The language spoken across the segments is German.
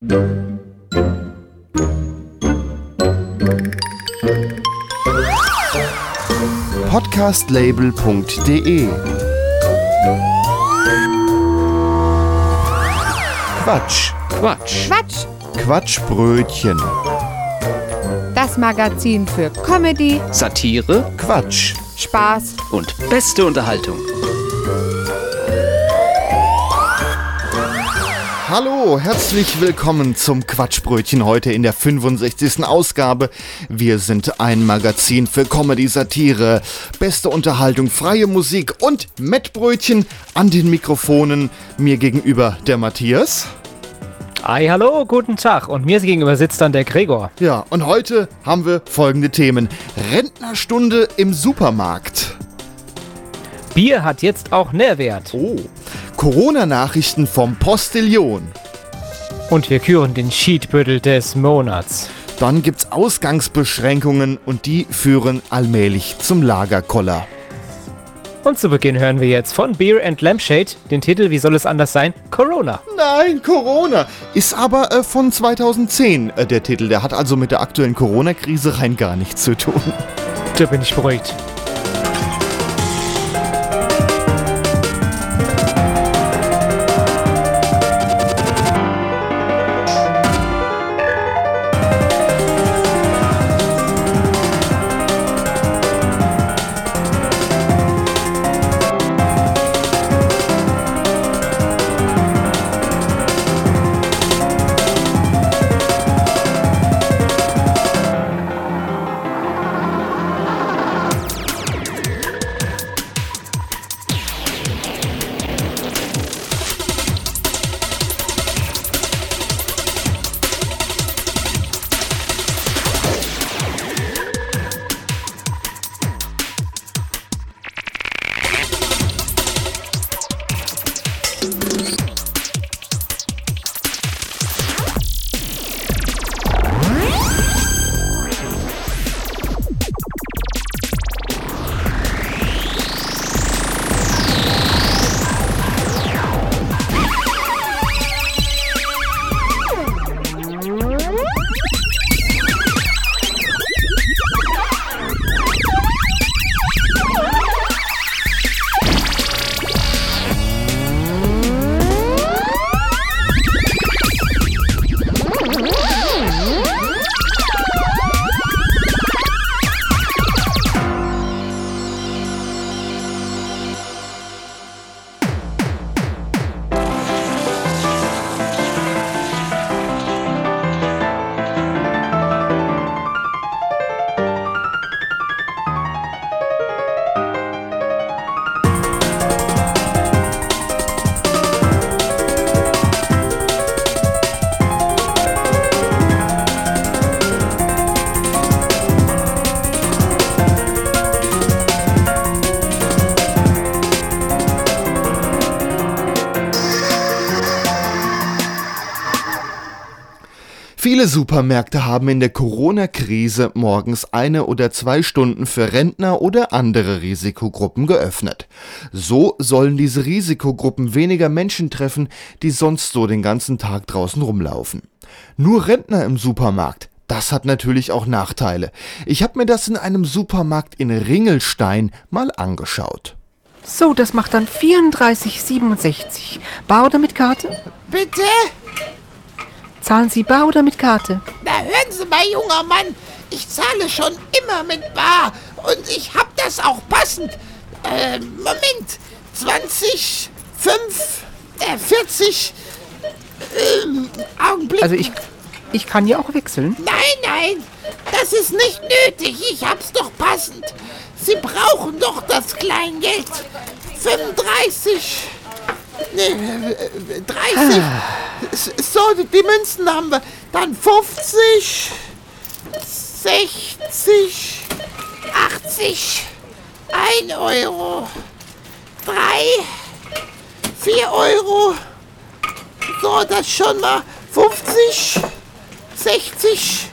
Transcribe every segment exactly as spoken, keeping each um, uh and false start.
Podcastlabel punkt de Quatsch. Quatsch. Quatsch. Quatschbrötchen. Das Magazin für Comedy, Satire, Quatsch. Spaß und beste Unterhaltung. Hallo, herzlich willkommen zum Quatschbrötchen heute in der fünfundsechzigsten Ausgabe. Wir sind ein Magazin für Comedy, Satire, beste Unterhaltung, freie Musik und Mettbrötchen an den Mikrofonen. Mir gegenüber der Matthias. Hi, hallo, guten Tag. Und mir gegenüber sitzt dann der Gregor. Ja, und heute haben wir folgende Themen. Rentnerstunde im Supermarkt. Bier hat jetzt auch Nährwert. Oh. Corona-Nachrichten vom Postillon. Und wir küren den Cheatbüttel des Monats. Dann gibt's Ausgangsbeschränkungen und die führen allmählich zum Lagerkoller. Und zu Beginn hören wir jetzt von Beer and Lampshade den Titel, wie soll es anders sein, Corona. Nein, Corona. Ist aber äh, von zweitausendzehn äh, der Titel. Der hat also mit der aktuellen Corona-Krise rein gar nichts zu tun. Da bin ich beruhigt. Viele Supermärkte haben in der Corona-Krise morgens eine oder zwei Stunden für Rentner oder andere Risikogruppen geöffnet. So sollen diese Risikogruppen weniger Menschen treffen, die sonst so den ganzen Tag draußen rumlaufen. Nur Rentner im Supermarkt, das hat natürlich auch Nachteile. Ich habe mir das in einem Supermarkt in Ringelstein mal angeschaut. So, das macht dann vierunddreißig siebenundsechzig. Bar oder mit Karte? Bitte? Zahlen Sie bar oder mit Karte? Na, hören Sie mal, junger Mann. Ich zahle schon immer mit bar. Und ich hab das auch passend. Äh, Moment. zwanzig, fünf, äh, vierzig, ähm, Augenblick. Also ich, ich kann ja auch wechseln. Nein, nein. Das ist nicht nötig. Ich hab's doch passend. Sie brauchen doch das Kleingeld. fünfunddreißig. Nee, dreißig. So, die Münzen haben wir. Dann fünfzig, sechzig, achtzig, ein Euro, drei, vier Euro. So, das schon mal fünfzig, sechzig,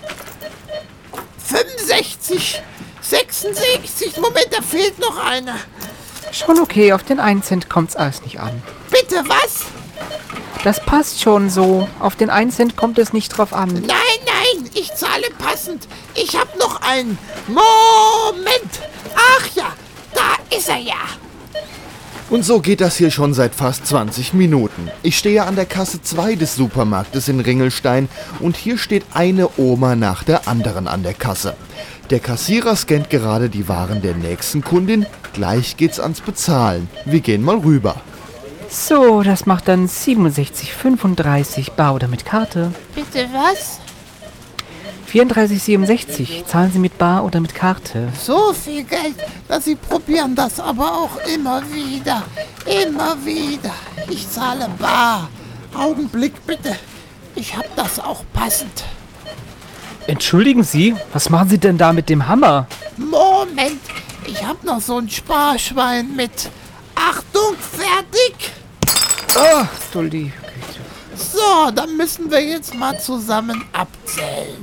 fünfundsechzig, sechsundsechzig. Moment, da fehlt noch einer. Schon okay, auf den einen Cent kommt's alles nicht an. Bitte was? Das passt schon so. Auf den einen Cent kommt es nicht drauf an. Nein, nein, ich zahle passend. Ich hab noch einen. Moment. Ach ja, da ist er ja. Und so geht das hier schon seit fast zwanzig Minuten. Ich stehe an der Kasse zwei des Supermarktes in Ringelstein und hier steht eine Oma nach der anderen an der Kasse. Der Kassierer scannt gerade die Waren der nächsten Kundin. Gleich geht's ans Bezahlen. Wir gehen mal rüber. So, das macht dann siebenundsechzig fünfunddreißig. Bar oder mit Karte? Bitte was? vierunddreißig siebenundsechzig. Zahlen Sie mit Bar oder mit Karte? So viel Geld, dass Sie probieren das aber auch immer wieder. Immer wieder. Ich zahle bar. Augenblick bitte. Ich hab das auch passend. Entschuldigen Sie, was machen Sie denn da mit dem Hammer? Moment, ich hab noch so ein Sparschwein mit. Achtung, fertig. Oh, du liebe Güte. So, dann müssen wir jetzt mal zusammen abzählen.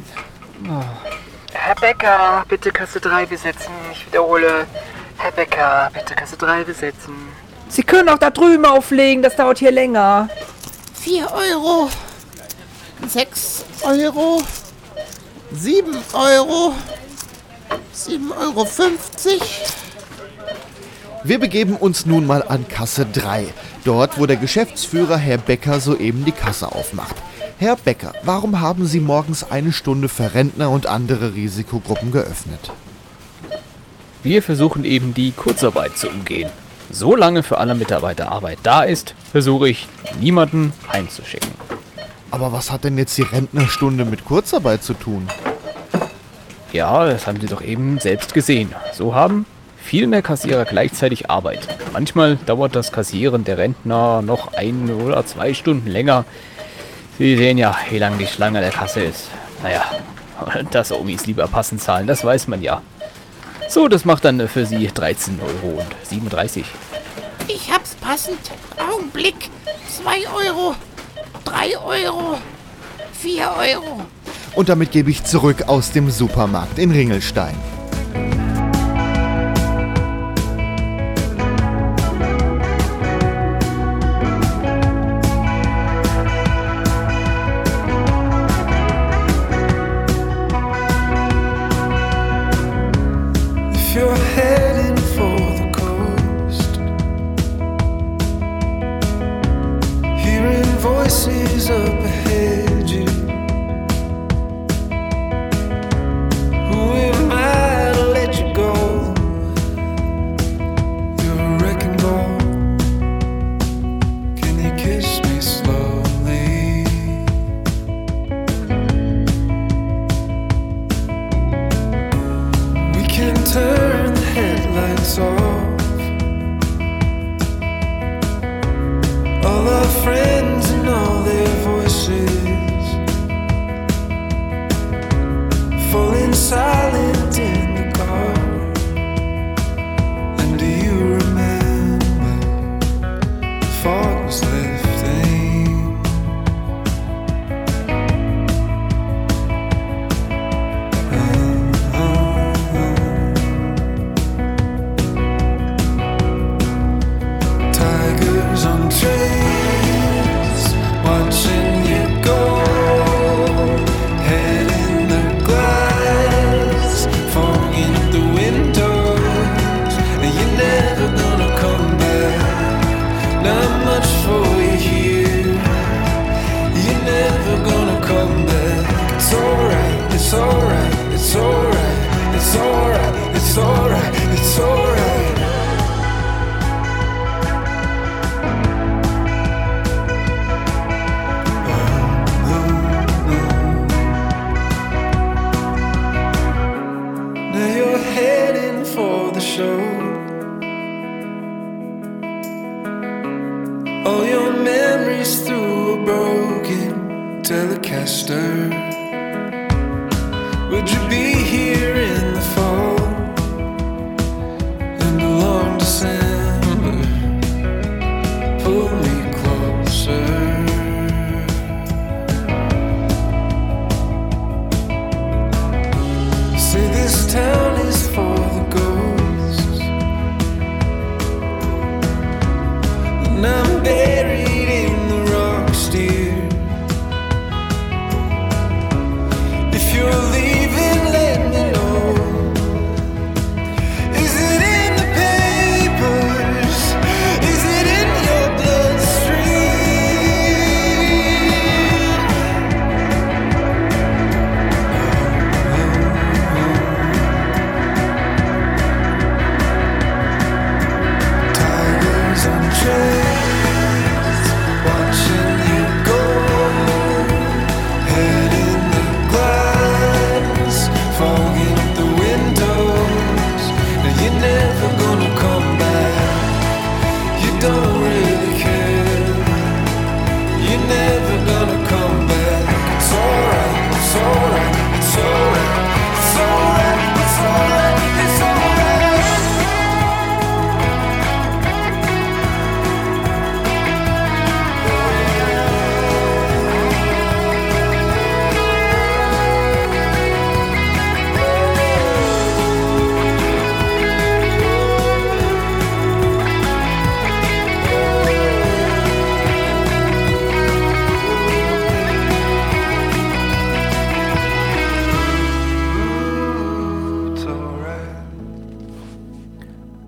Herr Becker, bitte Kasse drei besetzen. Ich wiederhole. Herr Becker, bitte Kasse drei besetzen. Sie können auch da drüben auflegen, das dauert hier länger. Vier Euro. Sechs Euro. Sieben Euro. Sieben Euro fünfzig. Wir begeben uns nun mal an Kasse drei. Dort, wo der Geschäftsführer Herr Becker soeben die Kasse aufmacht. Herr Becker, warum haben Sie morgens eine Stunde für Rentner und andere Risikogruppen geöffnet? Wir versuchen eben die Kurzarbeit zu umgehen. Solange für alle Mitarbeiter Arbeit da ist, versuche ich, niemanden heimzuschicken. Aber was hat denn jetzt die Rentnerstunde mit Kurzarbeit zu tun? Ja, das haben Sie doch eben selbst gesehen. So haben viel mehr Kassierer gleichzeitig Arbeit. Manchmal dauert das Kassieren der Rentner noch ein oder zwei Stunden länger. Sie sehen ja, wie lang die Schlange der Kasse ist. Naja, dass Omis lieber passend zahlen, das weiß man ja. So, das macht dann für Sie dreizehn Euro und siebenunddreißig. Ich hab's passend. Augenblick. Zwei Euro. Drei Euro. Vier Euro. Und damit gebe ich zurück aus dem Supermarkt in Ringelstein. If you're heading for the coast, hearing voices up ahead you, who am I to let you go? You're a wrecking ball. Can you kiss me slowly? We can turn the headlights off. All our friends and all their voices falling silent in the car. And do you remember the fog was lifting? Tigers on trains, watching you go. Head in the glass, fog in the windows. And you're never gonna come back. Not much for you here. You're never gonna come back. It's alright, it's alright, it's alright, it's alright, it's alright, it's alright. Now you're heading for the show. All your memories through a broken Telecaster. Would you be here in the fall and a long December? Pull me closer. Say this town is for the ghosts, and I'm buried in the rock steel.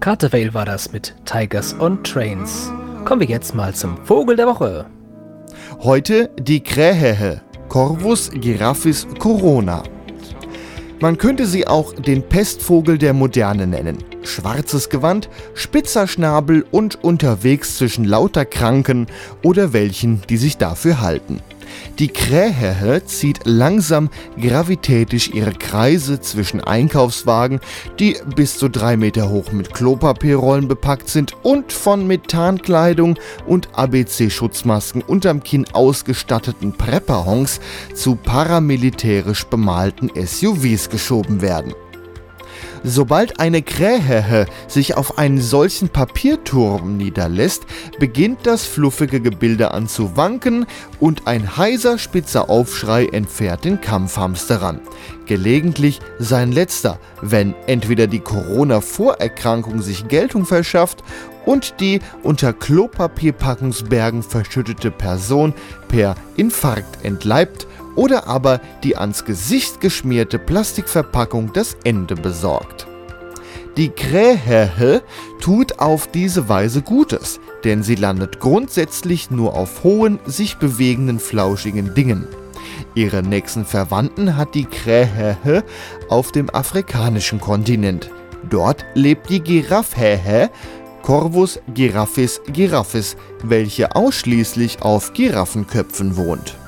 Carter Vale war das mit Tigers on Trains. Kommen wir jetzt mal zum Vogel der Woche. Heute die Krähe, Corvus giraffis corona. Man könnte sie auch den Pestvogel der Moderne nennen. Schwarzes Gewand, spitzer Schnabel und unterwegs zwischen lauter Kranken oder welchen, die sich dafür halten. Die Krähe zieht langsam gravitätisch ihre Kreise zwischen Einkaufswagen, die bis zu drei Meter hoch mit Klopapierrollen bepackt sind und von mit Tarnkleidung und A B C-Schutzmasken unterm Kinn ausgestatteten Prepperhonks zu paramilitärisch bemalten S U Vs geschoben werden. Sobald eine Krähe sich auf einen solchen Papierturm niederlässt, beginnt das fluffige Gebilde an zu wanken und ein heiser, spitzer Aufschrei entfährt den Kampfhamster ran. Gelegentlich sein letzter, wenn entweder die Corona-Vorerkrankung sich Geltung verschafft und die unter Klopapierpackungsbergen verschüttete Person per Infarkt entleibt oder aber die ans Gesicht geschmierte Plastikverpackung das Ende besorgt. Die Krähe tut auf diese Weise Gutes, denn sie landet grundsätzlich nur auf hohen, sich bewegenden, flauschigen Dingen. Ihre nächsten Verwandten hat die Krähe auf dem afrikanischen Kontinent. Dort lebt die Giraffe, Corvus giraffis giraffis, welche ausschließlich auf Giraffenköpfen wohnt.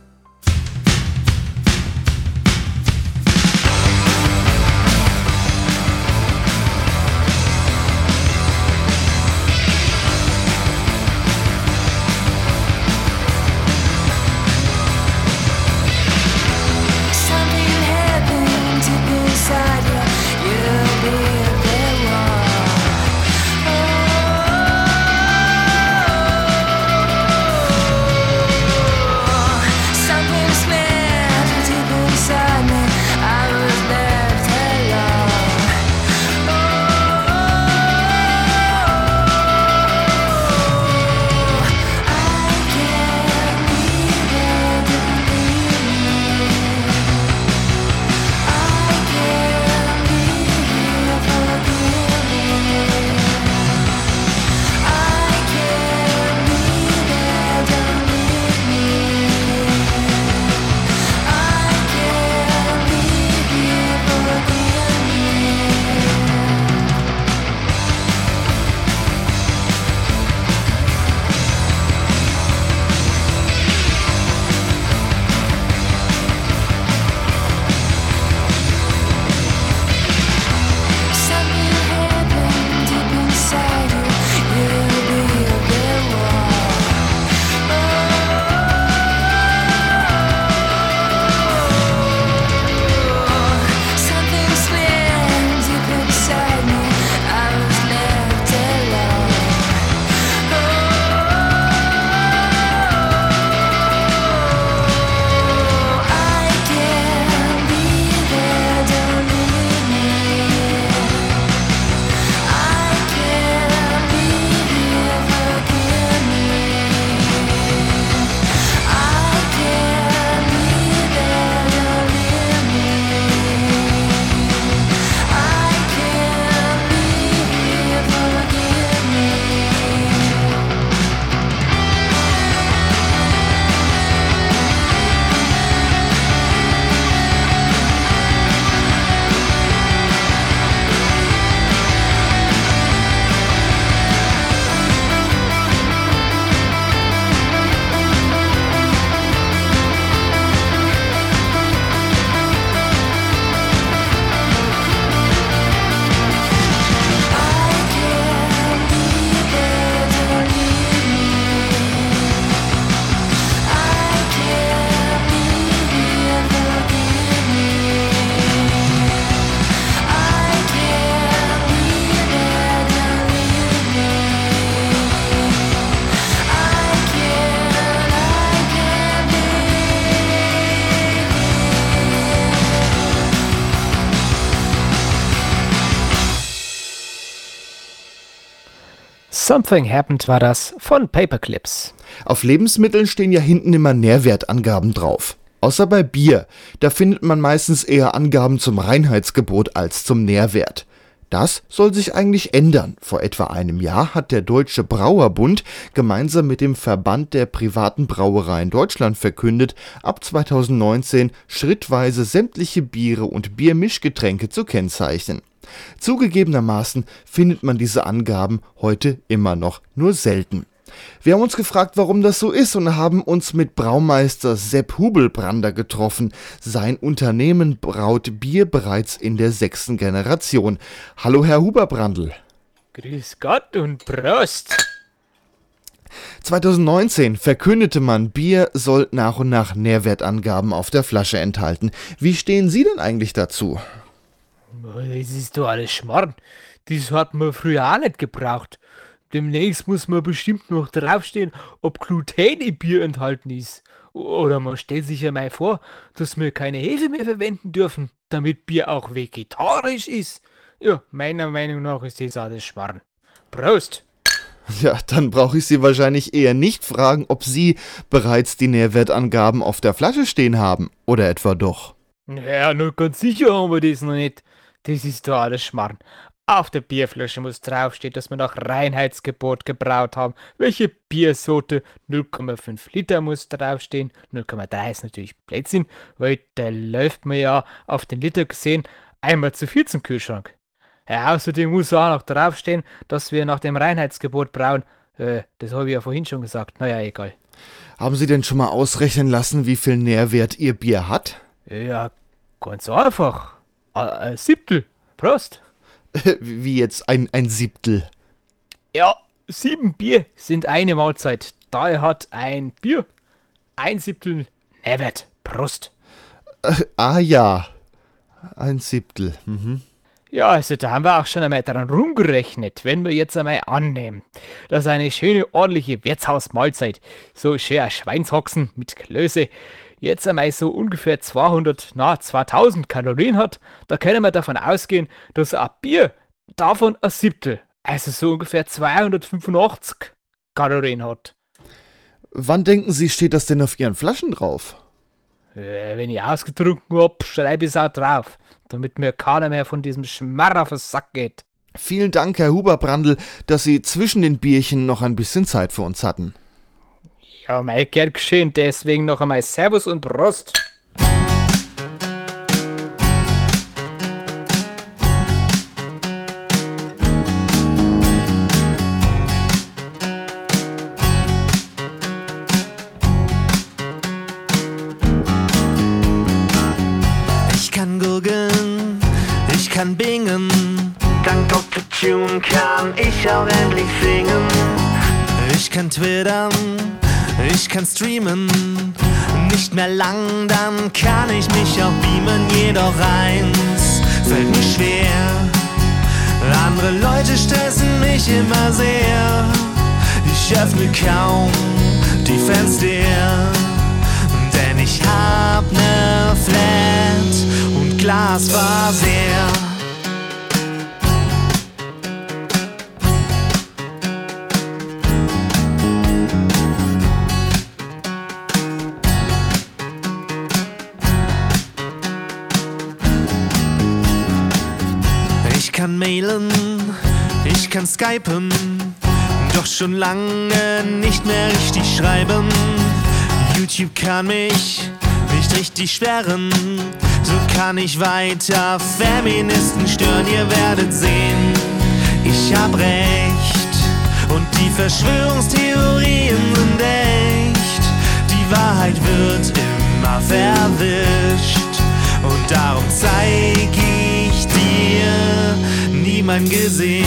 Something Happened war das von Paperclips. Auf Lebensmitteln stehen ja hinten immer Nährwertangaben drauf. Außer bei Bier, da findet man meistens eher Angaben zum Reinheitsgebot als zum Nährwert. Das soll sich eigentlich ändern. Vor etwa einem Jahr hat der Deutsche Brauerbund gemeinsam mit dem Verband der privaten Brauereien Deutschland verkündet, ab zweitausendneunzehn schrittweise sämtliche Biere und Biermischgetränke zu kennzeichnen. Zugegebenermaßen findet man diese Angaben heute immer noch nur selten. Wir haben uns gefragt, warum das so ist und haben uns mit Braumeister Sepp Hubelbrander getroffen. Sein Unternehmen braut Bier bereits in der sechsten Generation. Hallo Herr Huberbrandl. Grüß Gott und Prost. zweitausendneunzehn verkündete man, Bier soll nach und nach Nährwertangaben auf der Flasche enthalten. Wie stehen Sie denn eigentlich dazu? Das ist doch alles Schmarrn. Das hat man früher auch nicht gebraucht. Demnächst muss man bestimmt noch draufstehen, ob Gluten im Bier enthalten ist. Oder man stellt sich ja mal vor, dass wir keine Hefe mehr verwenden dürfen, damit Bier auch vegetarisch ist. Ja, meiner Meinung nach ist das alles Schmarrn. Prost! Ja, dann brauche ich Sie wahrscheinlich eher nicht fragen, ob Sie bereits die Nährwertangaben auf der Flasche stehen haben. Oder etwa doch? Ja, nur ganz sicher haben wir das noch nicht. Das ist doch alles Schmarrn. Auf der Bierflasche muss draufstehen, dass wir nach Reinheitsgebot gebraut haben. Welche Biersorte? null Komma fünf Liter muss draufstehen. null Komma drei ist natürlich Blödsinn, weil da läuft man ja auf den Liter gesehen einmal zu viel zum Kühlschrank. Ja, außerdem muss auch noch draufstehen, dass wir nach dem Reinheitsgebot brauen. Äh, das habe ich ja vorhin schon gesagt. Naja, egal. Haben Sie denn schon mal ausrechnen lassen, wie viel Nährwert Ihr Bier hat? Ja, ganz einfach. Ein Siebtel. Prost. Wie jetzt ein, ein Siebtel? Ja, sieben Bier sind eine Mahlzeit. Daher hat ein Bier ein Siebtel Nährwert. Prost. Äh, ah ja, ein Siebtel. Mhm. Ja, also da haben wir auch schon einmal dran rumgerechnet, wenn wir jetzt einmal annehmen, dass eine schöne, ordentliche Wirtshausmahlzeit, so schön ein Schweinshaxen mit Klöße, jetzt einmal so ungefähr zweihundert, na, zweitausend Kalorien hat, da können wir davon ausgehen, dass ein Bier davon ein Siebtel, also so ungefähr zweihundertfünfundachtzig Kalorien hat. Wann denken Sie, steht das denn auf Ihren Flaschen drauf? Äh, wenn ich ausgetrunken hab, schreibe ich es auch drauf, damit mir keiner mehr von diesem Schmarr auf den Sack geht. Vielen Dank, Herr Huberbrandl, dass Sie zwischen den Bierchen noch ein bisschen Zeit für uns hatten. Ja, mei, gern geschehen, deswegen noch einmal Servus und Prost. Ich kann gurgeln, ich kann bingen. Dank Doktor Tune kann ich auch endlich singen. Ich kann twittern, ich kann streamen. Nicht mehr lang, dann kann ich mich auch beamen. Jedoch eins fällt mir schwer. Andere Leute stressen mich immer sehr. Ich öffne kaum die Fenster, denn ich hab ne Flat und Glasfaser. Ich kann mailen, ich kann skypen, doch schon lange nicht mehr richtig schreiben. YouTube kann mich nicht richtig sperren, so kann ich weiter Feministen stören. Ihr werdet sehen, ich hab recht und die Verschwörungstheorien sind echt. Die Wahrheit wird immer verwischt und darum zeig ich dir nie mein Gesicht.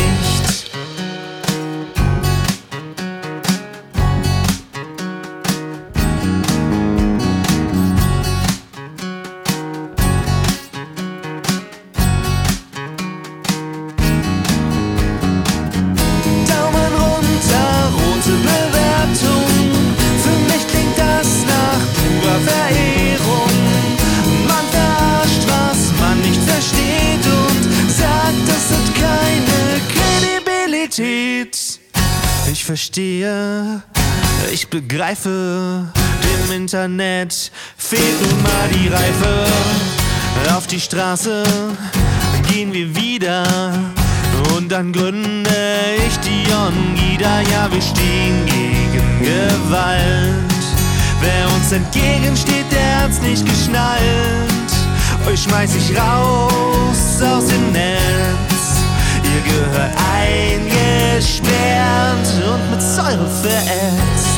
Daumen runter, rote Bewertung. Für mich klingt das nach purer Verehrung. Man verarscht, was man nicht versteht und sagt, das hat keine Kredibilität. Ich verstehe, ich begreife, dem Internet fehlt nun mal die Reife. Auf die Straße gehen wir wieder, Und dann gründe ich die Ongida, ja wir stehen gegen Gewalt. Wer uns entgegensteht, der hat's nicht geschnallt. Euch schmeiß ich raus aus dem Netz. Ihr gehört eingesperrt und mit Säure verätzt.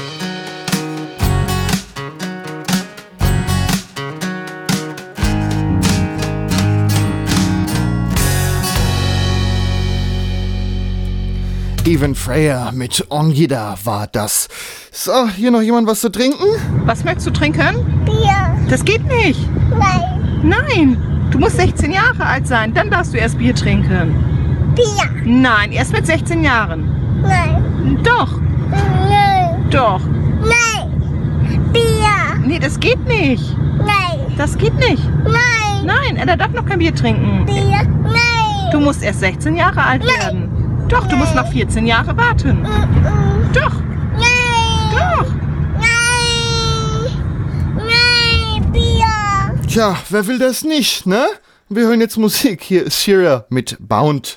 Stephen Freyer mit Ongida war das. So, hier noch jemand was zu trinken? Was möchtest du trinken? Bier. Das geht nicht. Nein. Nein. Du musst sechzehn Jahre alt sein, dann darfst du erst Bier trinken. Bier. Nein, erst mit sechzehn Jahren. Nein. Doch. Nein. Doch. Nein. Bier. Nee, das geht nicht. Nein. Das geht nicht. Nein. Nein, er darf noch kein Bier trinken. Bier. Nein. Du musst erst sechzehn Jahre alt Nein. werden. Doch, du musst noch vierzehn Jahre warten. Mm-mm. Doch. Nein. Doch. Nein. Nein. Bier. Tja, wer will das nicht, ne? Wir hören jetzt Musik. Hier ist Shira mit Bound.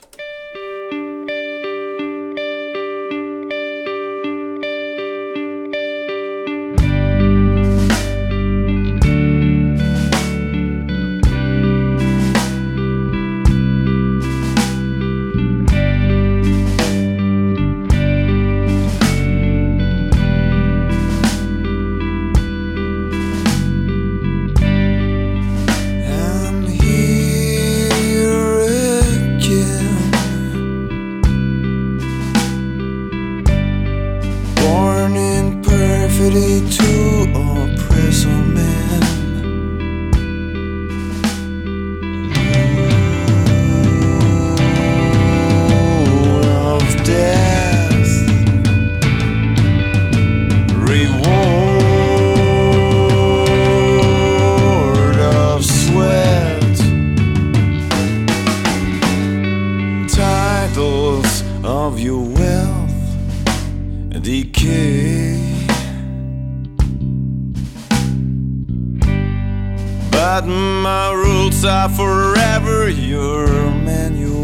I'm here again, born in perfidy to oppress all men. Rule of death, reward of sweat, titles of your wealth and decay. But my rules are forever your manual.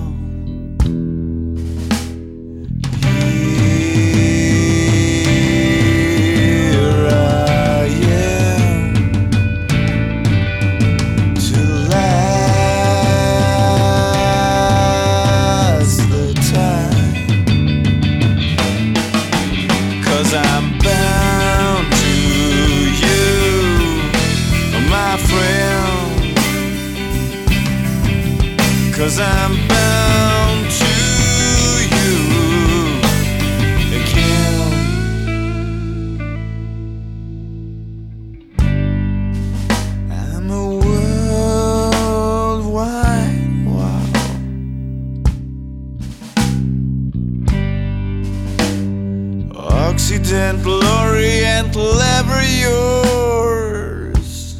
Here I am to last the time, 'cause I'm bound to you, my friend, 'cause I'm bound to you again. I'm a worldwide wow. Occidental, Oriental, ever yours.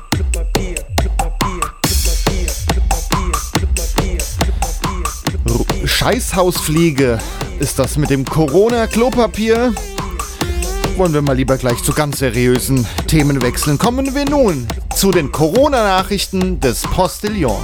Scheißhausfliege, ist das mit dem Corona-Klopapier? Wollen wir mal lieber gleich zu ganz seriösen Themen wechseln. Kommen wir nun zu den Corona-Nachrichten des Postillon.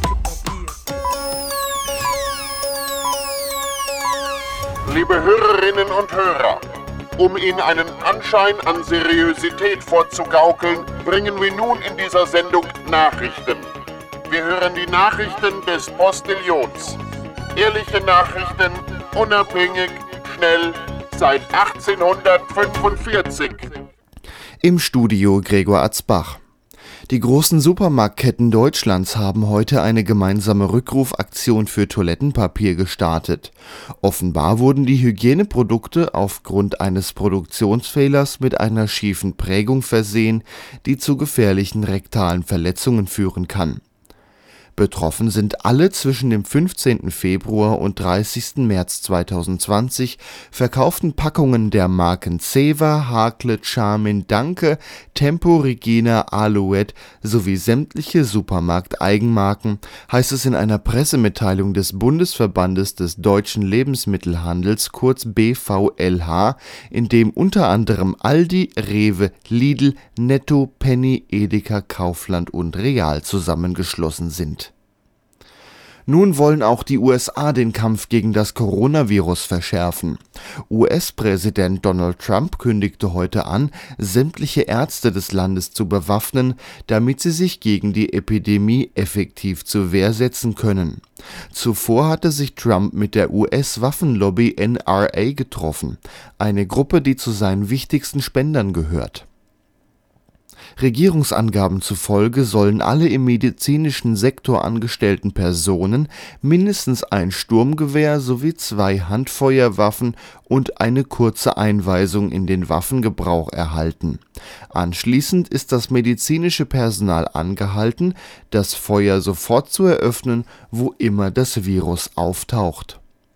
Liebe Hörerinnen und Hörer, um Ihnen einen Anschein an Seriosität vorzugaukeln, bringen wir nun in dieser Sendung Nachrichten. Wir hören die Nachrichten des Postillons. Ehrliche Nachrichten, unabhängig, schnell, seit achtzehnhundertfünfundvierzig. Im Studio Gregor Atzbach. Die großen Supermarktketten Deutschlands haben heute eine gemeinsame Rückrufaktion für Toilettenpapier gestartet. Offenbar wurden die Hygieneprodukte aufgrund eines Produktionsfehlers mit einer schiefen Prägung versehen, die zu gefährlichen rektalen Verletzungen führen kann. Betroffen sind alle zwischen dem fünfzehnten Februar und dreißigsten März zweitausendzwanzig verkauften Packungen der Marken Zewa, Hakle, Charmin, Danke, Tempo, Regina, Alouette sowie sämtliche Supermarkteigenmarken, heißt es in einer Pressemitteilung des Bundesverbandes des deutschen Lebensmittelhandels, kurz B V L H, in dem unter anderem Aldi, Rewe, Lidl, Netto, Penny, Edeka, Kaufland und Real zusammengeschlossen sind. Nun wollen auch die U S A den Kampf gegen das Coronavirus verschärfen. U S-Präsident Donald Trump kündigte heute an, sämtliche Ärzte des Landes zu bewaffnen, damit sie sich gegen die Epidemie effektiv zur Wehr setzen können. Zuvor hatte sich Trump mit der U S-Waffenlobby N R A getroffen, eine Gruppe, die zu seinen wichtigsten Spendern gehört. Regierungsangaben zufolge sollen alle im medizinischen Sektor angestellten Personen mindestens ein Sturmgewehr sowie zwei Handfeuerwaffen und eine kurze Einweisung in den Waffengebrauch erhalten. Anschließend ist das medizinische Personal angehalten, das Feuer sofort zu eröffnen, wo immer das Virus auftaucht.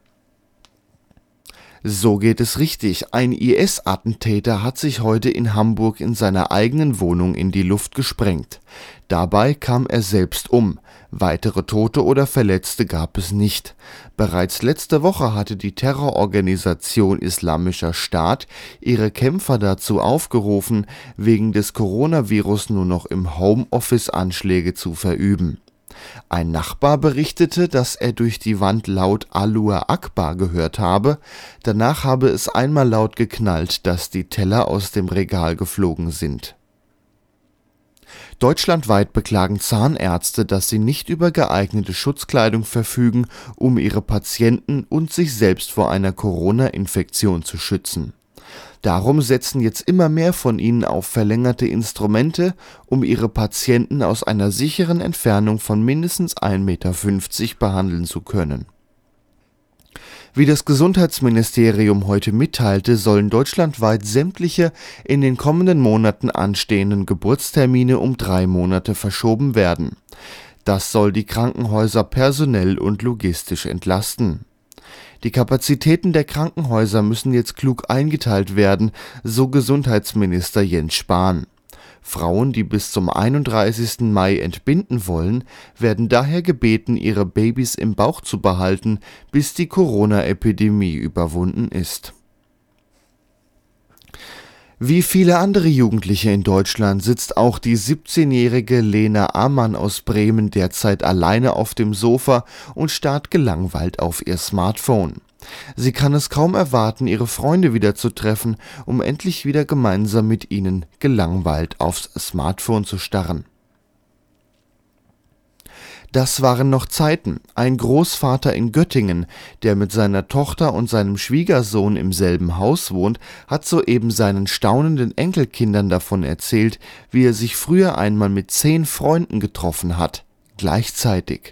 So geht es richtig. Ein I S-Attentäter hat sich heute in Hamburg in seiner eigenen Wohnung in die Luft gesprengt. Dabei kam er selbst um. Weitere Tote oder Verletzte gab es nicht. Bereits letzte Woche hatte die Terrororganisation Islamischer Staat ihre Kämpfer dazu aufgerufen, wegen des Coronavirus nur noch im Homeoffice Anschläge zu verüben. Ein Nachbar berichtete, dass er durch die Wand laut Allahu Akbar gehört habe. Danach habe es einmal laut geknallt, dass die Teller aus dem Regal geflogen sind. Deutschlandweit beklagen Zahnärzte, dass sie nicht über geeignete Schutzkleidung verfügen, um ihre Patienten und sich selbst vor einer Corona-Infektion zu schützen. Darum setzen jetzt immer mehr von ihnen auf verlängerte Instrumente, um ihre Patienten aus einer sicheren Entfernung von mindestens ein Meter fünfzig behandeln zu können. Wie das Gesundheitsministerium heute mitteilte, sollen deutschlandweit sämtliche in den kommenden Monaten anstehenden Geburtstermine um drei Monate verschoben werden. Das soll die Krankenhäuser personell und logistisch entlasten. Die Kapazitäten der Krankenhäuser müssen jetzt klug eingeteilt werden, so Gesundheitsminister Jens Spahn. Frauen, die bis zum einunddreißigsten Mai entbinden wollen, werden daher gebeten, ihre Babys im Bauch zu behalten, bis die Corona-Epidemie überwunden ist. Wie viele andere Jugendliche in Deutschland sitzt auch die siebzehnjährige Lena Amann aus Bremen derzeit alleine auf dem Sofa und starrt gelangweilt auf ihr Smartphone. Sie kann es kaum erwarten, ihre Freunde wieder zu treffen, um endlich wieder gemeinsam mit ihnen gelangweilt aufs Smartphone zu starren. Das waren noch Zeiten. Ein Großvater in Göttingen, der mit seiner Tochter und seinem Schwiegersohn im selben Haus wohnt, hat soeben seinen staunenden Enkelkindern davon erzählt, wie er sich früher einmal mit zehn Freunden getroffen hat, gleichzeitig.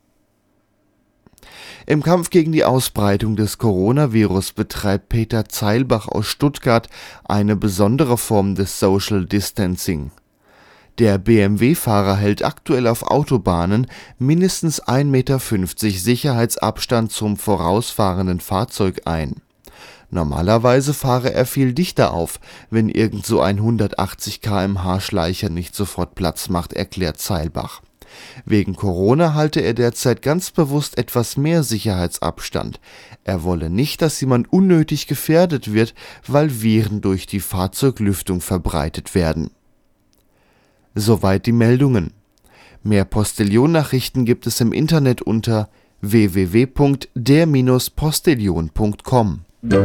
Im Kampf gegen die Ausbreitung des Coronavirus betreibt Peter Zeilbach aus Stuttgart eine besondere Form des Social Distancing. Der B M W-Fahrer hält aktuell auf Autobahnen mindestens ein Meter fünfzig Sicherheitsabstand zum vorausfahrenden Fahrzeug ein. Normalerweise fahre er viel dichter auf, wenn irgend so ein hundertachtzig Kilometer pro Stunde Schleicher nicht sofort Platz macht, erklärt Zeilbach. Wegen Corona halte er derzeit ganz bewusst etwas mehr Sicherheitsabstand. Er wolle nicht, dass jemand unnötig gefährdet wird, weil Viren durch die Fahrzeuglüftung verbreitet werden. Soweit die Meldungen. Mehr Postillon-Nachrichten gibt es im Internet unter w w w punkt der Bindestrich postillon punkt com.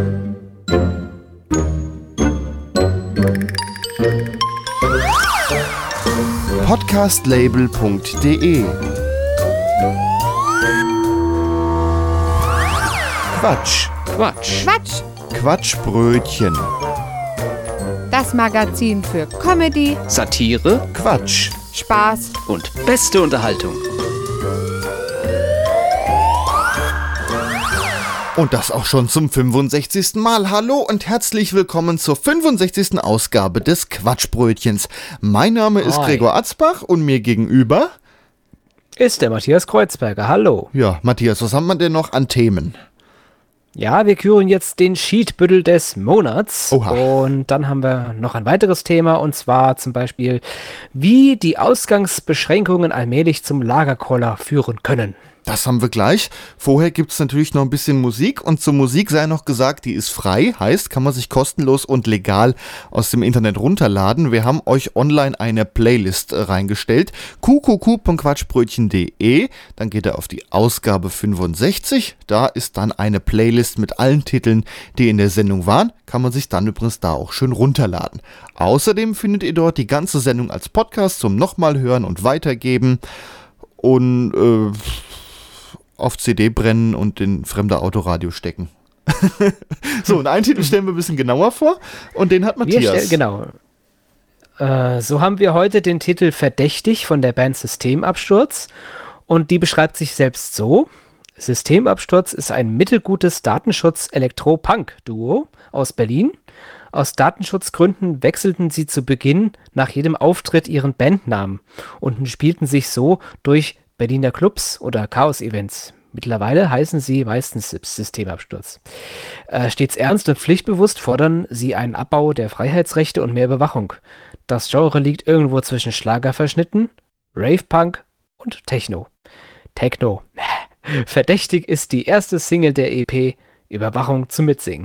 podcastlabel punkt de Quatsch. Quatsch. Quatsch. Quatschbrötchen. Das Magazin für Comedy, Satire, Quatsch. Spaß und beste Unterhaltung. Und das auch schon zum fünfundsechzigsten Mal. Hallo und herzlich willkommen zur fünfundsechzigsten Ausgabe des Quatschbrötchens. Mein Name ist Hi. Gregor Atzbach und mir gegenüber... ist der Matthias Kreuzberger. Hallo. Ja, Matthias, was haben wir denn noch an Themen? Ja, wir küren jetzt den Cheatbüttel des Monats. Oha. Und dann haben wir noch ein weiteres Thema, und zwar zum Beispiel, wie die Ausgangsbeschränkungen allmählich zum Lagerkoller führen können. Das haben wir gleich. Vorher gibt's natürlich noch ein bisschen Musik und zur Musik sei noch gesagt, die ist frei, heißt, kann man sich kostenlos und legal aus dem Internet runterladen. Wir haben euch online eine Playlist äh, reingestellt, q q q punkt quatschbrötchen punkt de, dann geht ihr auf die Ausgabe fünfundsechzig, da ist dann eine Playlist mit allen Titeln, die in der Sendung waren, kann man sich dann übrigens da auch schön runterladen. Außerdem findet ihr dort die ganze Sendung als Podcast zum nochmal hören und weitergeben und äh, auf C D brennen und in fremde Autoradio stecken. So, und einen Titel stellen wir ein bisschen genauer vor und den hat Matthias. Wir stell, genau. Äh, so haben wir heute den Titel Verdächtig von der Band Systemabsturz und die beschreibt sich selbst so: Systemabsturz ist ein mittelgutes Datenschutz-Elektro-Punk-Duo aus Berlin. Aus Datenschutzgründen wechselten sie zu Beginn nach jedem Auftritt ihren Bandnamen und spielten sich so durch Berliner Clubs oder Chaos-Events. Mittlerweile heißen sie meistens Systemabsturz. Äh, stets ernst und pflichtbewusst fordern sie einen Abbau der Freiheitsrechte und mehr Überwachung. Das Genre liegt irgendwo zwischen Schlagerverschnitten, Rave-Punk und Techno. Techno. Verdächtig ist die erste Single der E P, Überwachung zum Mitsingen.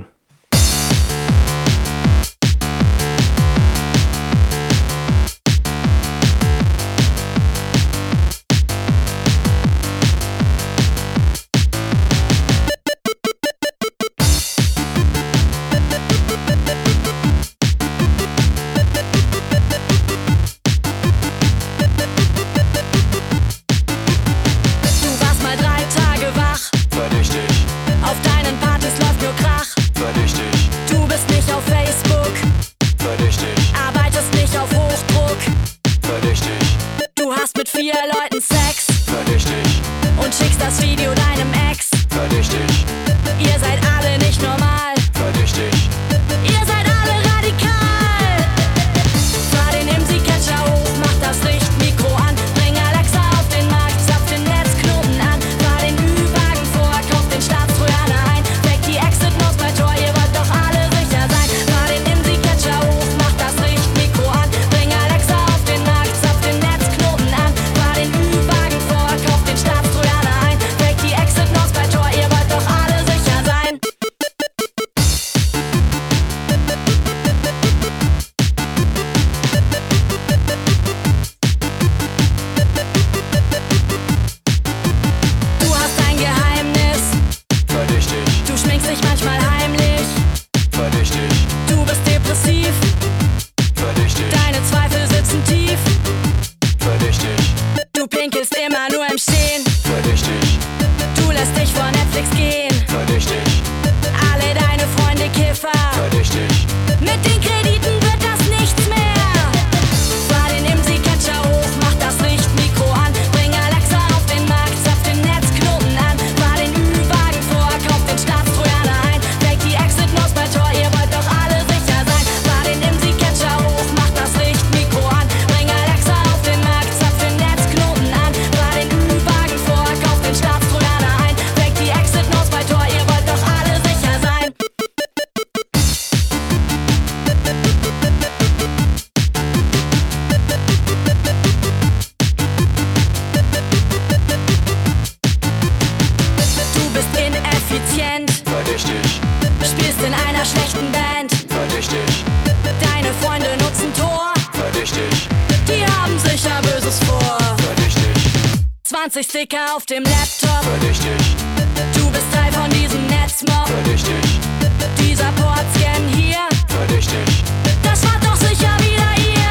Sticker auf dem Laptop. Verdächtig. Du bist Teil von diesem Netzmob. Verdächtig. Dieser Portscan hier. Verdächtig. Das war doch sicher wieder ihr.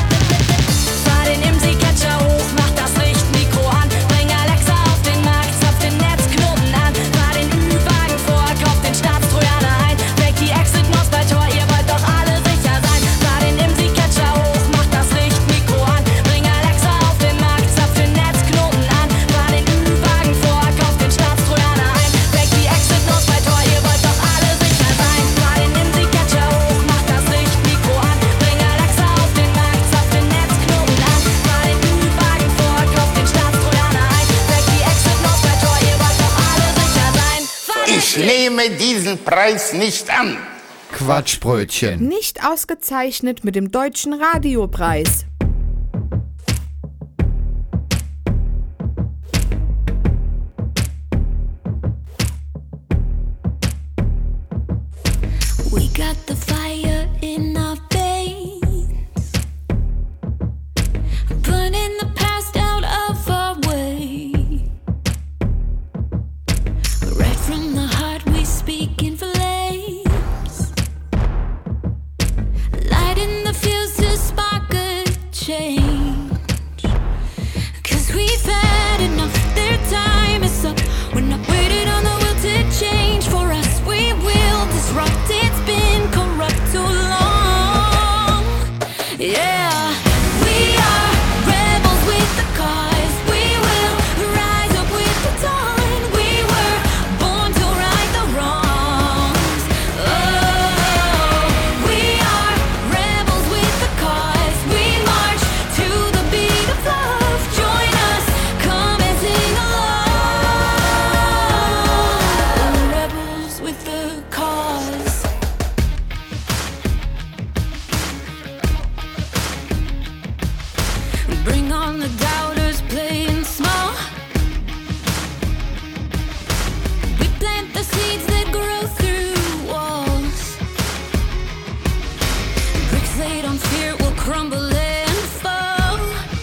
Fahr den IMSI-Catcher hoch, mach das Richtmikro an. Bring Alexa auf den Markt, zapf den Netzknoten an. Fahr den Ü-Wagen vor, kauf den Staatstrojaner ein. Weg die Exit-Maus bei Tor, ihr wollt doch alle sicher sein. Fahr den IMSI-Catcher hoch, mach das Richtmikro an. Bring Alexa auf den Markt, zapf den Netzknoten an. Fahr den Ü-Wagen vor, kauf den Ich nehme diesen Preis nicht an. Quatschbrötchen. Nicht ausgezeichnet mit dem Deutschen Radiopreis. We got the fire in our veins, burning the past out of our way. Right from the heart we speak in flames, lighting the fuse to spark a change. 'Cause we've had enough, their time is up. We're not waiting on the will to change. For us we will disrupt, it's been corrupt too long. Yeah, we are rebels with the cause. We will rise up with the dawn. We were born to right the wrongs. Oh, we are rebels with the cause. We march to the beat of love. Join us, come and sing along. Rebels with the cause. Bring on the doubters playing small. We plant the seeds that grow through walls. Bricks laid on fear will crumble and fall.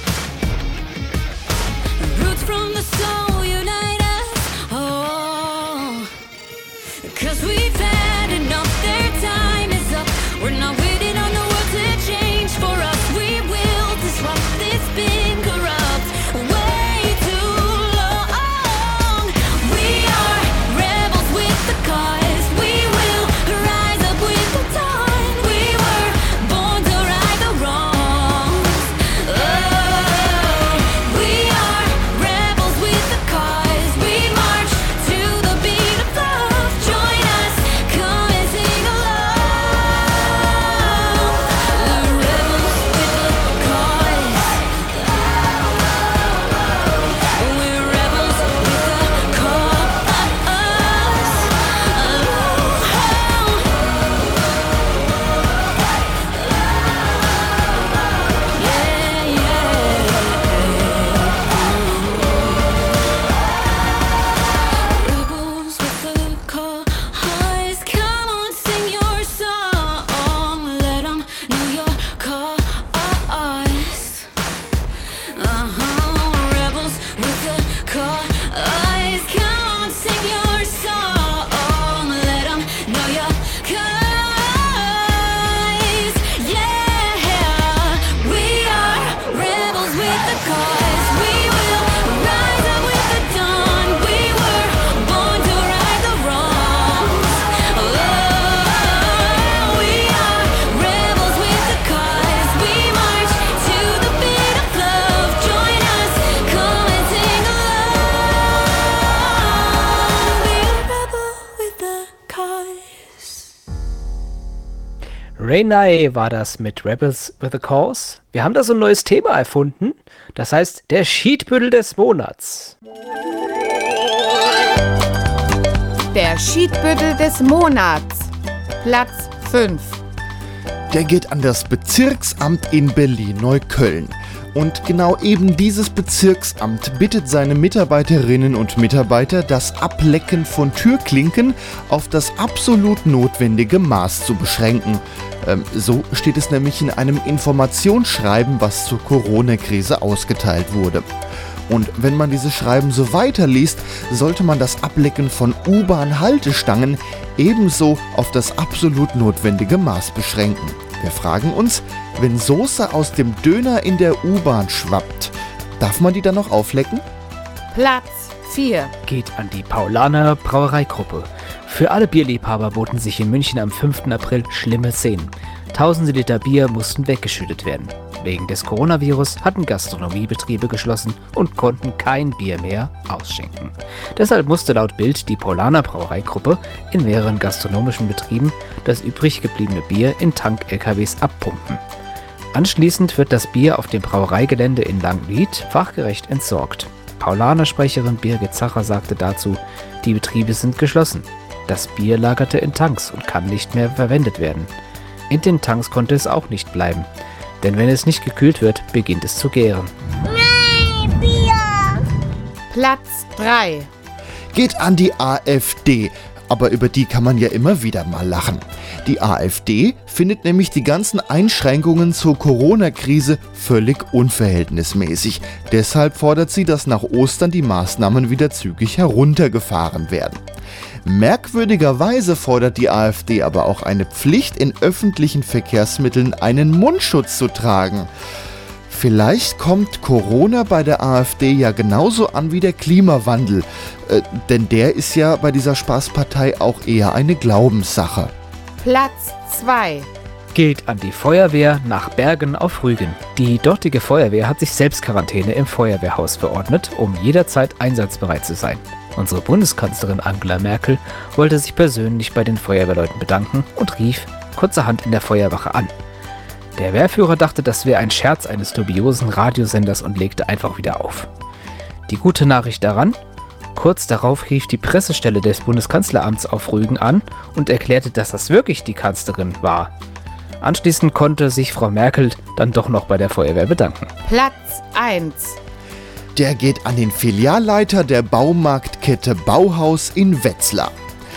Roots from the soul unite us all. 'Cause we've had enough, their time is up. We're not waiting on the world to change. For us we will disrupt, it's been corrupt way too long. We are rebels with the cause. We will rise up with the dawn. We were born to right the wrongs. Oh, we are rebels with the cause. We march to the beat of love. Join us, come and sing along. Rebels with the cause. We're rebels with the Rebels with the cause. Come on, sing your song. Let 'em know your cause. Uh-huh, rebels with the cause. Come on, sing your song. Let 'em know your cause. Yeah, we are rebels with the cause. We will rise up with the dawn. We were born to right the wrongs. Oh, we are rebels with the cause. We march to the beat of love. Join us, come and sing along. Be a rebel with the cause. Raineye war das mit Rebels with a Cause. Wir haben da so ein neues Thema erfunden. Das heißt, der Schiedbüttel des Monats. Der Schiedbüttel des Monats. Platz fünf. Der geht an das Bezirksamt in Berlin-Neukölln. Und genau eben dieses Bezirksamt bittet seine Mitarbeiterinnen und Mitarbeiter, das Ablecken von Türklinken auf das absolut notwendige Maß zu beschränken. Ähm, so steht es nämlich in einem Informationsschreiben, was zur Corona-Krise ausgeteilt wurde. Und wenn man dieses Schreiben so weiterliest, sollte man das Ablecken von U-Bahn-Haltestangen ebenso auf das absolut notwendige Maß beschränken. Wir fragen uns, wenn Soße aus dem Döner in der U-Bahn schwappt, darf man die dann noch auflecken? Platz vier. Geht an die Paulaner Brauereigruppe. Für alle Bierliebhaber boten sich in München am fünften April schlimme Szenen. Tausende Liter Bier mussten weggeschüttet werden. Wegen des Coronavirus hatten Gastronomiebetriebe geschlossen und konnten kein Bier mehr ausschenken. Deshalb musste laut Bild die Paulaner Brauereigruppe in mehreren gastronomischen Betrieben das übrig gebliebene Bier in Tank-L K Ws abpumpen. Anschließend wird das Bier auf dem Brauereigelände in Langlied fachgerecht entsorgt. Paulaner-Sprecherin Birgit Zacher sagte dazu, die Betriebe sind geschlossen. Das Bier lagerte in Tanks und kann nicht mehr verwendet werden. In den Tanks konnte es auch nicht bleiben, denn wenn es nicht gekühlt wird, beginnt es zu gären. Nein, Bier! Platz drei. Geht an die AfD. Aber über die kann man ja immer wieder mal lachen. Die AfD findet nämlich die ganzen Einschränkungen zur Corona-Krise völlig unverhältnismäßig. Deshalb fordert sie, dass nach Ostern die Maßnahmen wieder zügig heruntergefahren werden. Merkwürdigerweise fordert die AfD aber auch eine Pflicht, in öffentlichen Verkehrsmitteln einen Mundschutz zu tragen. Vielleicht kommt Corona bei der AfD ja genauso an wie der Klimawandel, äh, denn der ist ja bei dieser Spaßpartei auch eher eine Glaubenssache. Platz zwei. Geht an die Feuerwehr nach Bergen auf Rügen. Die dortige Feuerwehr hat sich Selbstquarantäne im Feuerwehrhaus verordnet, um jederzeit einsatzbereit zu sein. Unsere Bundeskanzlerin Angela Merkel wollte sich persönlich bei den Feuerwehrleuten bedanken und rief kurzerhand in der Feuerwache an. Der Wehrführer dachte, das wäre ein Scherz eines dubiosen Radiosenders und legte einfach wieder auf. Die gute Nachricht daran: Kurz darauf rief die Pressestelle des Bundeskanzleramts auf Rügen an und erklärte, dass das wirklich die Kanzlerin war. Anschließend konnte sich Frau Merkel dann doch noch bei der Feuerwehr bedanken. Platz eins. Der geht an den Filialleiter der Baumarktkette Bauhaus in Wetzlar.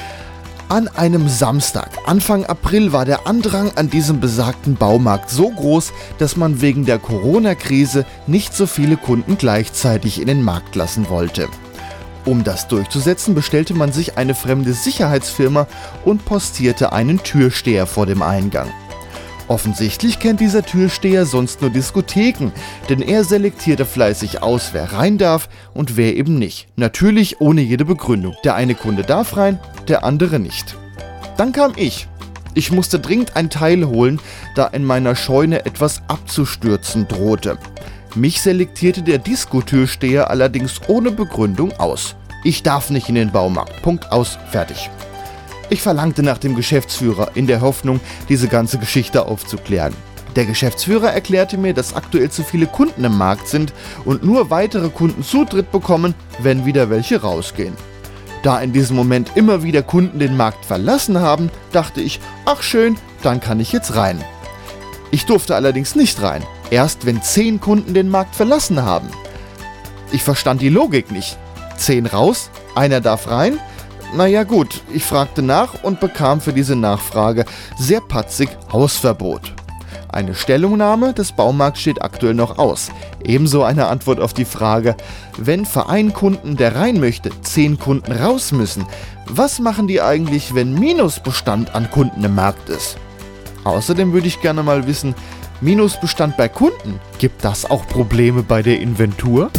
An einem Samstag, Anfang April, war der Andrang an diesem besagten Baumarkt so groß, dass man wegen der Corona-Krise nicht so viele Kunden gleichzeitig in den Markt lassen wollte. Um das durchzusetzen, bestellte man sich eine fremde Sicherheitsfirma und postierte einen Türsteher vor dem Eingang. Offensichtlich kennt dieser Türsteher sonst nur Diskotheken, denn er selektierte fleißig aus, wer rein darf und wer eben nicht. Natürlich ohne jede Begründung. Der eine Kunde darf rein, der andere nicht. Dann kam ich. Ich musste dringend ein Teil holen, da in meiner Scheune etwas abzustürzen drohte. Mich selektierte der Disco-Türsteher allerdings ohne Begründung aus. Ich darf nicht in den Baumarkt. Punkt aus, fertig. Ich verlangte nach dem Geschäftsführer in der Hoffnung, diese ganze Geschichte aufzuklären. Der Geschäftsführer erklärte mir, dass aktuell zu viele Kunden im Markt sind und nur weitere Kunden Zutritt bekommen, wenn wieder welche rausgehen. Da in diesem Moment immer wieder Kunden den Markt verlassen haben, dachte ich, ach schön, dann kann ich jetzt rein. Ich durfte allerdings nicht rein, erst wenn zehn Kunden den Markt verlassen haben. Ich verstand die Logik nicht. Zehn raus, einer darf rein? Naja gut, ich fragte nach und bekam für diese Nachfrage sehr patzig Hausverbot. Eine Stellungnahme des Baumarkts steht aktuell noch aus. Ebenso eine Antwort auf die Frage, wenn für einen Kunden, der rein möchte, zehn Kunden raus müssen, was machen die eigentlich, wenn Minusbestand an Kunden im Markt ist? Außerdem würde ich gerne mal wissen, Minusbestand bei Kunden, gibt das auch Probleme bei der Inventur?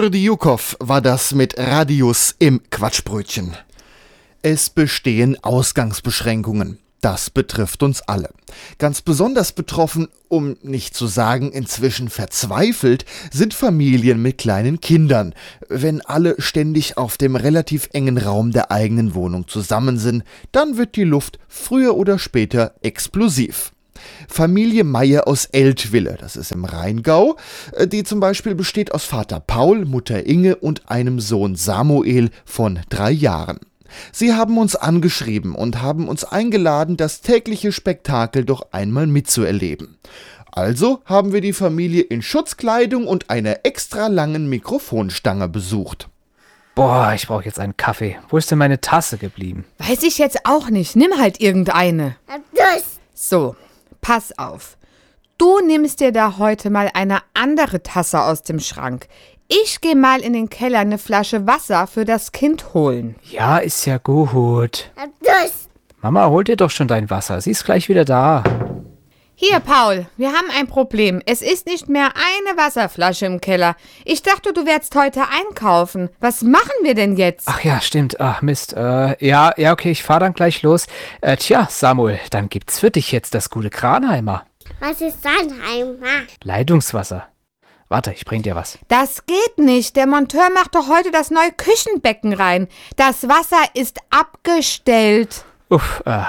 Jordi Jukow war das mit Radius im Quatschbrötchen. Es bestehen Ausgangsbeschränkungen. Das betrifft uns alle. Ganz besonders betroffen, um nicht zu sagen inzwischen verzweifelt, sind Familien mit kleinen Kindern. Wenn alle ständig auf dem relativ engen Raum der eigenen Wohnung zusammen sind, dann wird die Luft früher oder später explosiv. Familie Meier aus Eltville, das ist im Rheingau, die zum Beispiel besteht aus Vater Paul, Mutter Inge und einem Sohn Samuel von drei Jahren. Sie haben uns angeschrieben und haben uns eingeladen, das tägliche Spektakel doch einmal mitzuerleben. Also haben wir die Familie in Schutzkleidung und einer extra langen Mikrofonstange besucht. Boah, ich brauche jetzt einen Kaffee. Wo ist denn meine Tasse geblieben? Weiß ich jetzt auch nicht. Nimm halt irgendeine. Das. So, pass auf. Du nimmst dir da heute mal eine andere Tasse aus dem Schrank. Ich gehe mal in den Keller eine Flasche Wasser für das Kind holen. Ja, ist ja gut. Das. Mama, hol dir doch schon dein Wasser. Sie ist gleich wieder da. Hier, Paul, wir haben ein Problem. Es ist nicht mehr eine Wasserflasche im Keller. Ich dachte, du wärst heute einkaufen. Was machen wir denn jetzt? Ach ja, stimmt. Ach, Mist. Äh, ja, ja, okay, ich fahr dann gleich los. Äh, tja, Samuel, dann gibt's für dich jetzt das gute Kranheimer. Was ist Sandheimer? Leitungswasser. Warte, ich bring dir was. Das geht nicht. Der Monteur macht doch heute das neue Küchenbecken rein. Das Wasser ist abgestellt. Uff, äh.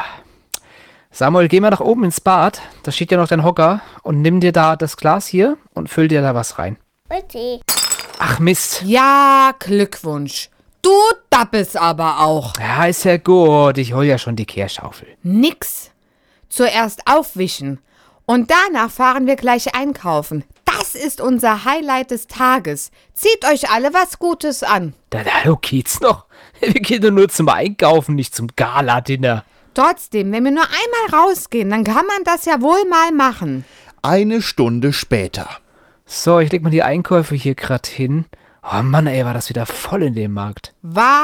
Samuel, geh mal nach oben ins Bad. Da steht ja noch dein Hocker. Und nimm dir da das Glas hier und füll dir da was rein. Bitte. Ach Mist. Ja, Glückwunsch. Du dappest aber auch. Ja, ist ja gut. Ich hol ja schon die Kehrschaufel. Nix. Zuerst aufwischen. Und danach fahren wir gleich einkaufen. Das ist unser Highlight des Tages. Zieht euch alle was Gutes an. Da, da geht's noch. Wir gehen doch nur zum Einkaufen, nicht zum Gala-Dinner. Trotzdem, wenn wir nur einmal rausgehen, dann kann man das ja wohl mal machen. Eine Stunde später. So, ich leg mal die Einkäufe hier grad hin. Oh Mann, ey, war das wieder voll in dem Markt.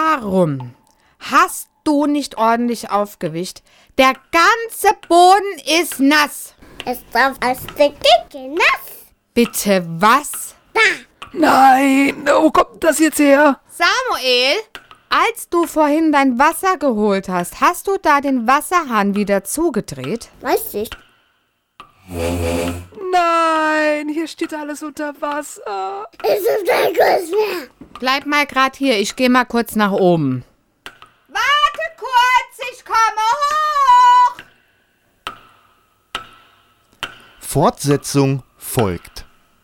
Warum hast du nicht ordentlich aufgewischt? Der ganze Boden ist nass. Es darf aus der Decke nass. Bitte was? Da. Nein, wo kommt das jetzt her? Samuel, als du vorhin dein Wasser geholt hast, hast du da den Wasserhahn wieder zugedreht? Weiß ich. Nein, hier steht alles unter Wasser. Es ist kein Kuss mehr. Bleib mal grad hier, ich gehe mal kurz nach oben. Warte kurz, ich komme hoch. Fortsetzung folgt.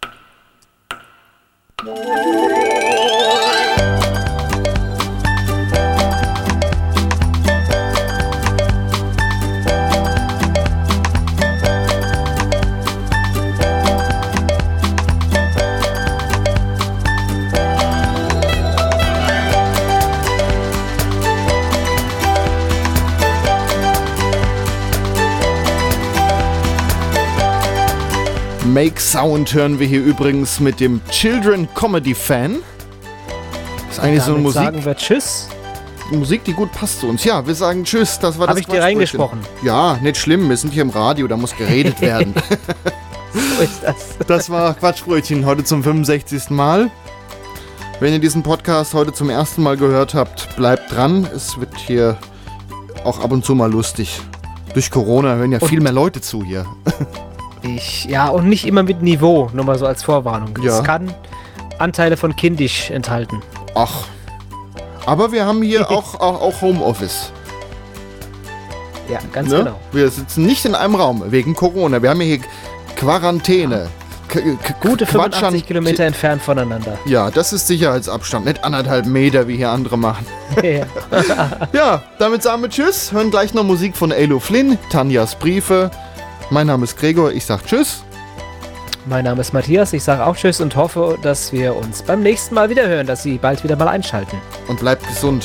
Make Sound hören wir hier übrigens mit dem Children Comedy Fan. Ist eigentlich so eine Musik. Sagen wir Tschüss. Musik, die gut passt zu uns. Ja, wir sagen Tschüss. Das war das. Hab ich dir reingesprochen? Ja, nicht schlimm. Wir sind hier im Radio, da muss geredet werden. So ist das. Das war Quatschbrötchen heute zum fünfundsechzigsten Mal. Wenn ihr diesen Podcast heute zum ersten Mal gehört habt, bleibt dran. Es wird hier auch ab und zu mal lustig. Durch Corona hören ja und viel mehr Leute zu hier. Ich, ja, und nicht immer mit Niveau, nur mal so als Vorwarnung. Ja. Es kann Anteile von kindisch enthalten. Ach, aber wir haben hier auch, auch, auch Homeoffice. Ja, ganz ne? genau. Wir sitzen nicht in einem Raum wegen Corona. Wir haben hier Quarantäne. K- k- Gute Quatschern- fünfundachtzig Kilometer entfernt voneinander. Ja, das ist Sicherheitsabstand. Nicht anderthalb Meter, wie hier andere machen. Ja. Ja, damit sagen wir Tschüss. Hören gleich noch Musik von Elo Flynn, Tanjas Briefe. Mein Name ist Gregor, ich sag Tschüss. Mein Name ist Matthias, ich sage auch Tschüss und hoffe, dass wir uns beim nächsten Mal wieder hören, dass Sie bald wieder mal einschalten. Und bleibt gesund.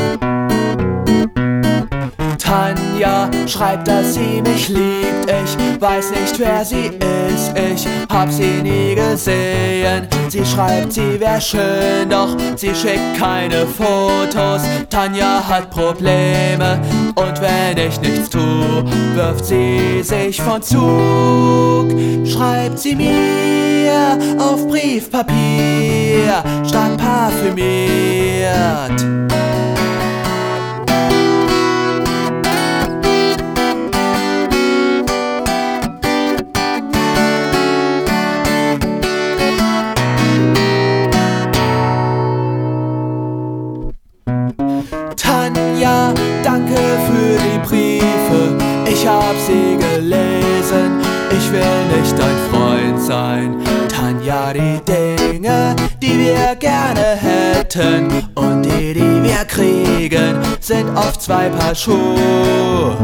Tanja schreibt, dass sie mich liebt. Ich weiß nicht wer sie ist, ich hab sie nie gesehen. Sie schreibt, sie wär schön, doch sie schickt keine Fotos. Tanja hat Probleme und wenn ich nichts tu, wirft sie sich von Zug. Schreibt sie mir auf Briefpapier statt parfümiert. Tanja, danke für die Briefe, ich hab sie gelesen. Ich will nicht dein Freund sein. Tanja, die Dinge, die wir gerne hätten und die, die wir kriegen, sind oft zwei Paar Schuhe.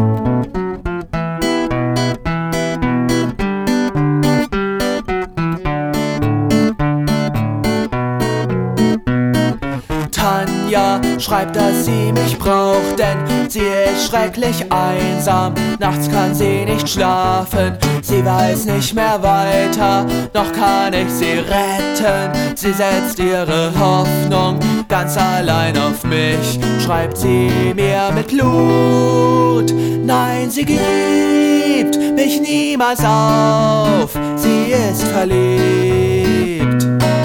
Tanja schreibt, dass sie mich braucht, denn sie ist schrecklich einsam. Nachts kann sie nicht schlafen, sie weiß nicht mehr weiter, noch kann ich sie retten. Sie setzt ihre Hoffnung ganz allein auf mich, schreibt sie mir mit Blut. Nein, sie gibt mich niemals auf, sie ist verliebt.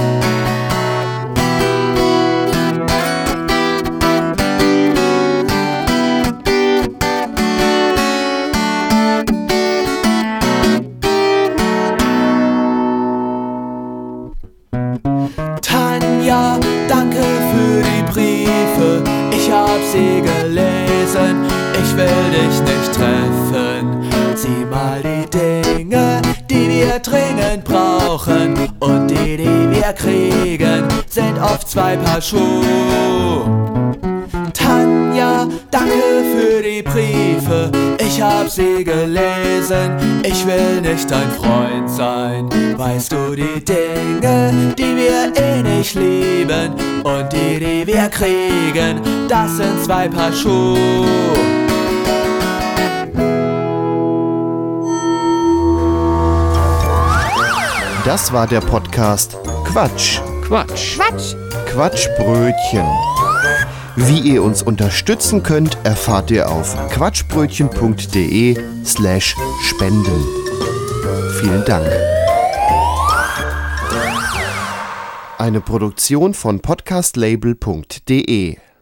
Tanja, danke für die Briefe, ich hab sie gelesen. Ich will dich nicht treffen. Sieh mal die Dinge, die wir dringend brauchen und die, die wir kriegen, sind oft zwei Paar Schuhe. Tanja, danke für die Briefe, ich hab sie gelesen. Ich will nicht dein Freund sein. Weißt du, die Dinge, die wir eh nicht lieben und die, die wir kriegen, das sind zwei Paar Schuhe. Das war der Podcast Quatsch. Quatsch. Quatsch. Quatschbrötchen. Wie ihr uns unterstützen könnt, erfahrt ihr auf quatschbrötchen.de slash spenden. Vielen Dank. Eine Produktion von podcastlabel punkt de